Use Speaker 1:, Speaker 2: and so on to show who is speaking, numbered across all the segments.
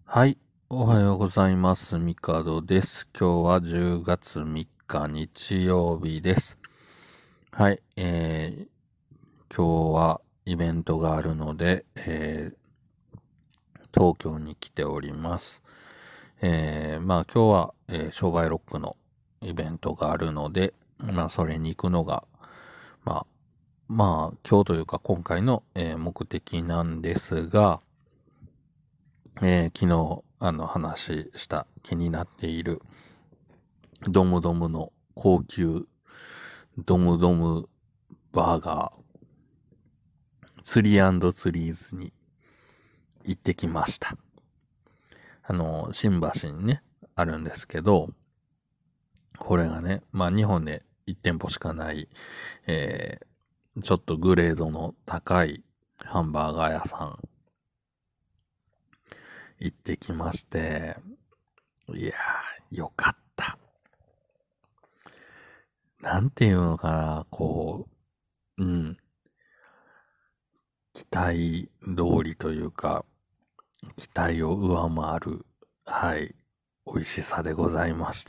Speaker 1: はい。おはようございます。ミカドです。今日は10月3日日曜日です。はい。今日はイベントがあるので、東京に来ております。まあ今日は、商売ロックのイベントがあるので、まあそれに行くのが、まあ、今日というか今回の、目的なんですが、昨日、話した気になっている、ドムドムの高級ドムドムバーガー、ツリーツリーズに行ってきました。新橋にね、あるんですけど、これがね、まあ日本で1店舗しかない、えちょっとグレードの高いハンバーガー屋さん行ってきまして、いやー、よかった。なんていうのかな、期待通りというか、期待を上回る、はい、美味しさでございました。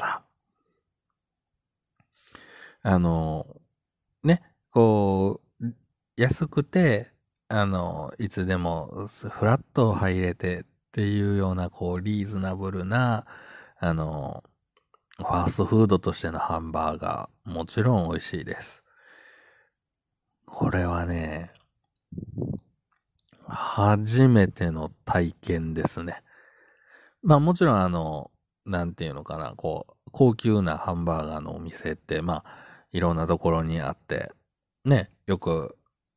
Speaker 1: あの、ね、安くて、いつでもフラッと入れてっていうような、リーズナブルな、あの、ファーストフードとしてのハンバーガー、もちろん美味しいです。これはね、初めての体験ですね。まあもちろんなんていうのかな、高級なハンバーガーのお店って、まあ、いろんなところにあって、ね、よく、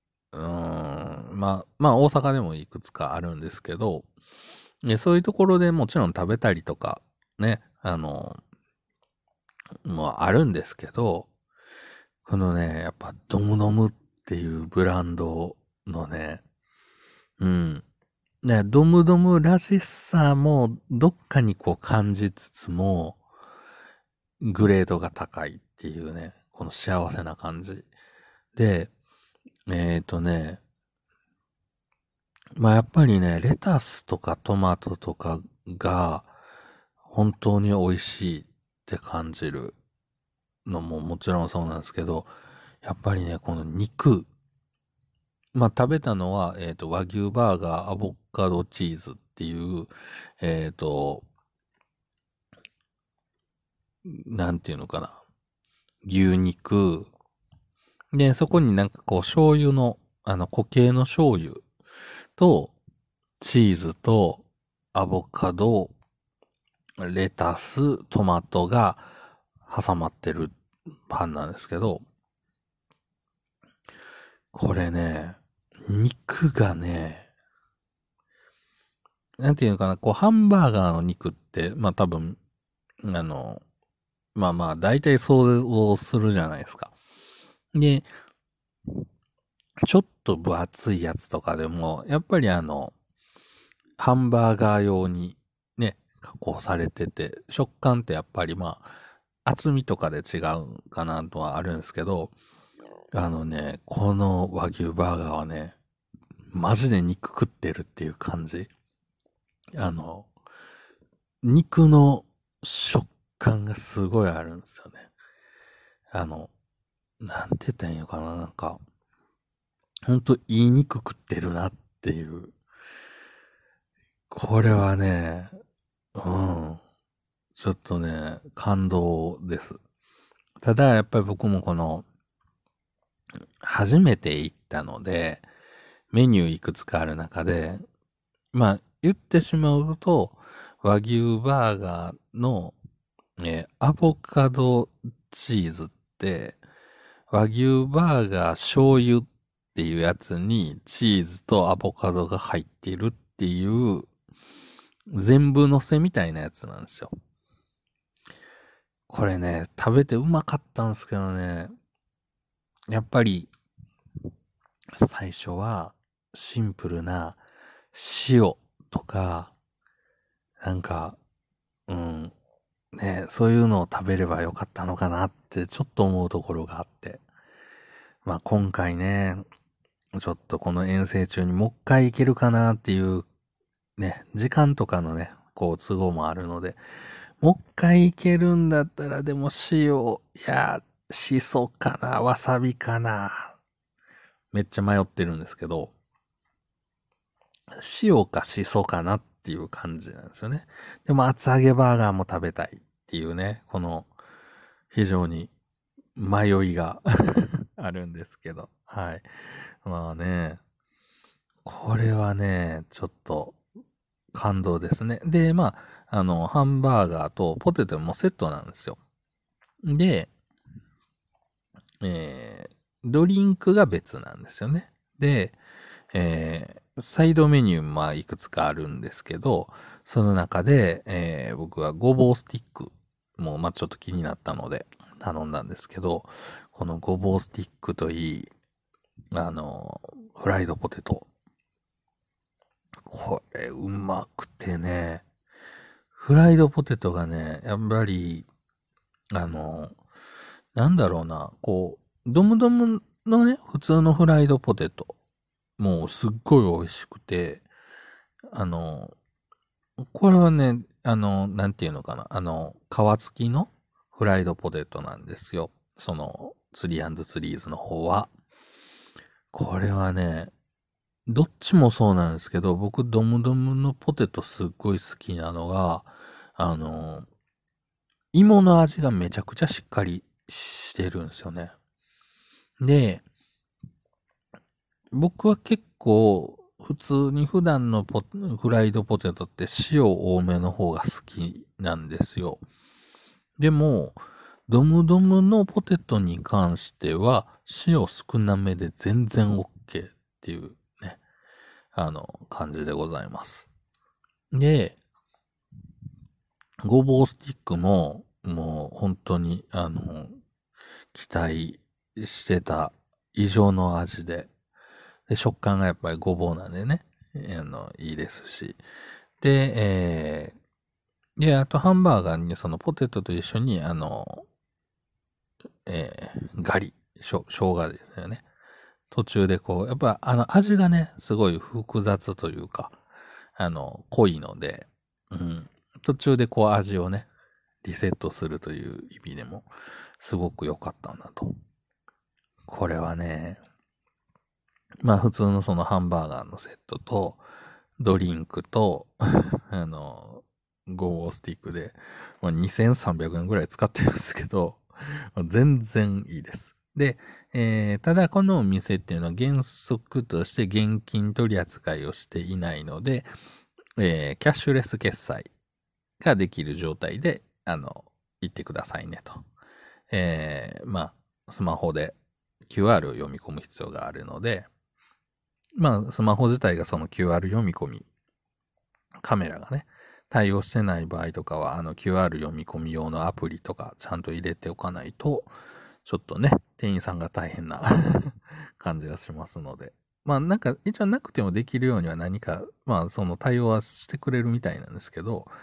Speaker 1: まあ大阪でもいくつかあるんですけど、そういうところでもちろん食べたりとか、ね、もうあるんですけど、このね、やっぱドムドムっていうブランドのね、うん、ね、ドムドムらしさもどっかに感じつつも、グレードが高いっていうね、この幸せな感じ。で、ね、まあやっぱりね、レタスとかトマトとかが本当に美味しいって感じるのももちろんそうなんですけど、やっぱりね、この肉、まあ食べたのは、和牛バーガーアボカドチーズっていう、えっと、なんていうのかな。牛肉。で、そこになんか醤油の、固形の醤油と、チーズと、アボカド、レタス、トマトが挟まってるパンなんですけど、これね、肉がね、なんていうのかな、ハンバーガーの肉って、まあ多分、あの、大体そうするじゃないですか。で、ちょっと分厚いやつとかでも、やっぱりハンバーガー用にね、加工されてて、食感ってやっぱり厚みとかで違うかなとはあるんですけど、この和牛バーガーはね、マジで肉食ってるっていう感じ。あの、肉の食感がすごいあるんですよね。あの、なんて言ったらいいのかな、なんか、ほんといい肉食ってるなっていう。これはね、うん、ちょっとね、感動です。ただ、やっぱり僕も初めて行ったので、メニューいくつかある中で、まあ、言ってしまうと、和牛バーガーの、アボカドチーズって、和牛バーガー醤油っていうやつにチーズとアボカドが入っているっていう、全部乗せみたいなやつなんですよ。これね、食べてうまかったんですけどね、やっぱり最初はシンプルな塩とか、なんか、うん、ね、そういうのを食べればよかったのかなってちょっと思うところがあって。まあ今回ね、ちょっとこの遠征中にもう一回行けるかなっていうね、時間とかのね、 構都合もあるので、もう一回いけるんだったら、でも塩、しそかな、わさびかな。めっちゃ迷ってるんですけど、塩かしそかなっていう感じなんですよね。でも厚揚げバーガーも食べたいっていうね、この非常に迷いがあるんですけど、はい。まあね、これはね、ちょっと感動ですね。で、ハンバーガーとポテトもセットなんですよ。で、ドリンクが別なんですよね。で、サイドメニューもいくつかあるんですけど、その中で、僕はごぼうスティックも、ちょっと気になったので頼んだんですけど、このごぼうスティックといい、フライドポテト。これ、うまくてね、フライドポテトがね、やっぱり、なんだろうな、ドムドムのね、普通のフライドポテト、もうすっごい美味しくて、あの、これはね、なんていうのかな、皮付きのフライドポテトなんですよ。その、ツリー&ツリーズの方は。これはね、どっちもそうなんですけど、僕、ドムドムのポテトすっごい好きなのが、あの、芋の味がめちゃくちゃしっかりしてるんですよね。で、僕は結構、普通に普段のフライドポテトって塩多めの方が好きなんですよ。でも、ドムドムのポテトに関しては、塩少なめで全然 OK っていうね、感じでございます。で、ごぼうスティックも、もう本当に、期待してた以上の味で、食感がやっぱりごぼうなんでね、いいですし。で、あとハンバーガーにそのポテトと一緒に、ガリ、生姜ですよね。途中でやっぱ味がね、すごい複雑というか、濃いので、うん。途中で味をね、リセットするという意味でも、すごく良かったんだと。これはね、普通のそのハンバーガーのセットと、ドリンクと、ごぼうスティックで、2300円ぐらい使ってるんですけど、全然いいです。で、ただこのお店っていうのは原則として現金取り扱いをしていないので、キャッシュレス決済ができる状態で、行ってくださいねと。スマホで QR を読み込む必要があるので、スマホ自体がその QR 読み込み、カメラがね、対応してない場合とかは、QR 読み込み用のアプリとかちゃんと入れておかないと、ちょっとね、店員さんが大変な感じがしますので。一応なくてもできるようには何か、その対応はしてくれるみたいなんですけど、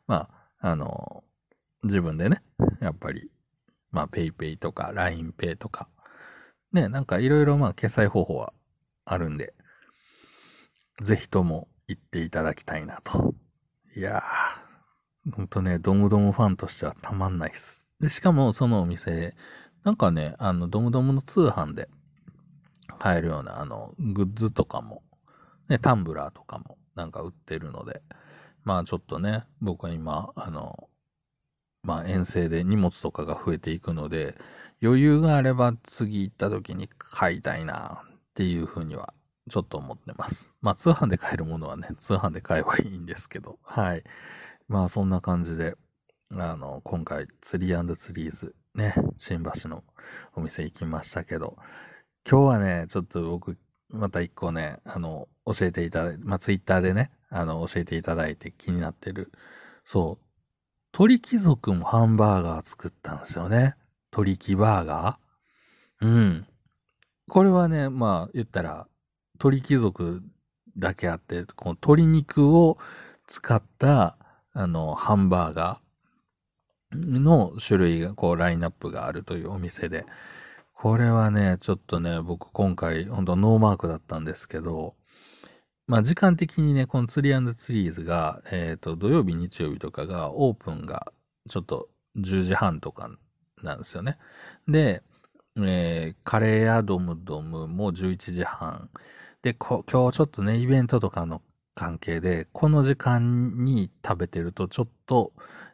Speaker 1: 自分でね、やっぱり、ペイペイとか LINE Pay とか、ね、いろいろ決済方法はあるんで、ぜひとも行っていただきたいなと。いやー、ほんとね、ドムドムファンとしてはたまんないっす。で、しかもそのお店、ドムドムの通販で買えるような、グッズとかも、ね、タンブラーとかも売ってるので、ちょっとね、僕は今、遠征で荷物とかが増えていくので、余裕があれば次行った時に買いたいなっていうふうにはちょっと思ってます。通販で買えるものはね、通販で買えばいいんですけど、はい。そんな感じで、今回、ツリー&ツリーズ、ね、新橋のお店行きましたけど、今日はね、ちょっと僕、また一個ね、教えていただいて、ツイッターでね、教えていただいて気になってる、そう、鳥貴族もハンバーガー作ったんですよね。鳥貴バーガー。うん。これはね、言ったら、鳥貴族だけあって、この鶏肉を使った、ハンバーガーの種類が、ラインナップがあるというお店で、これはね、ちょっとね、僕今回、本当ノーマークだったんですけど、 まあ時間的にね、このツリーツリーズが、土曜日、日曜日とかがオープンがちょっと10時半とかなんですよね。で、カレー屋ドムドムも11時半。で、今日ちょっとね、イベントとかの関係で、この時間に食べてるとちょっと、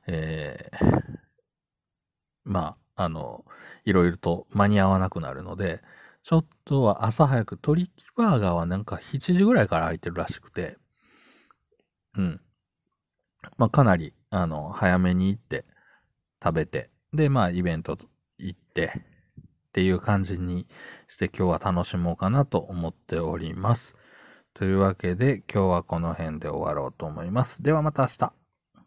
Speaker 1: まあ、いろいろと間に合わなくなるので、ちょっとは朝早く、トリッキーバーガーはなんか7時ぐらいから空いてるらしくて、うん。まあ、かなり、早めに行って食べて、で、まあ、イベント行って、っていう感じにして今日は楽しもうかなと思っております。というわけで今日はこの辺で終わろうと思います。ではまた明日。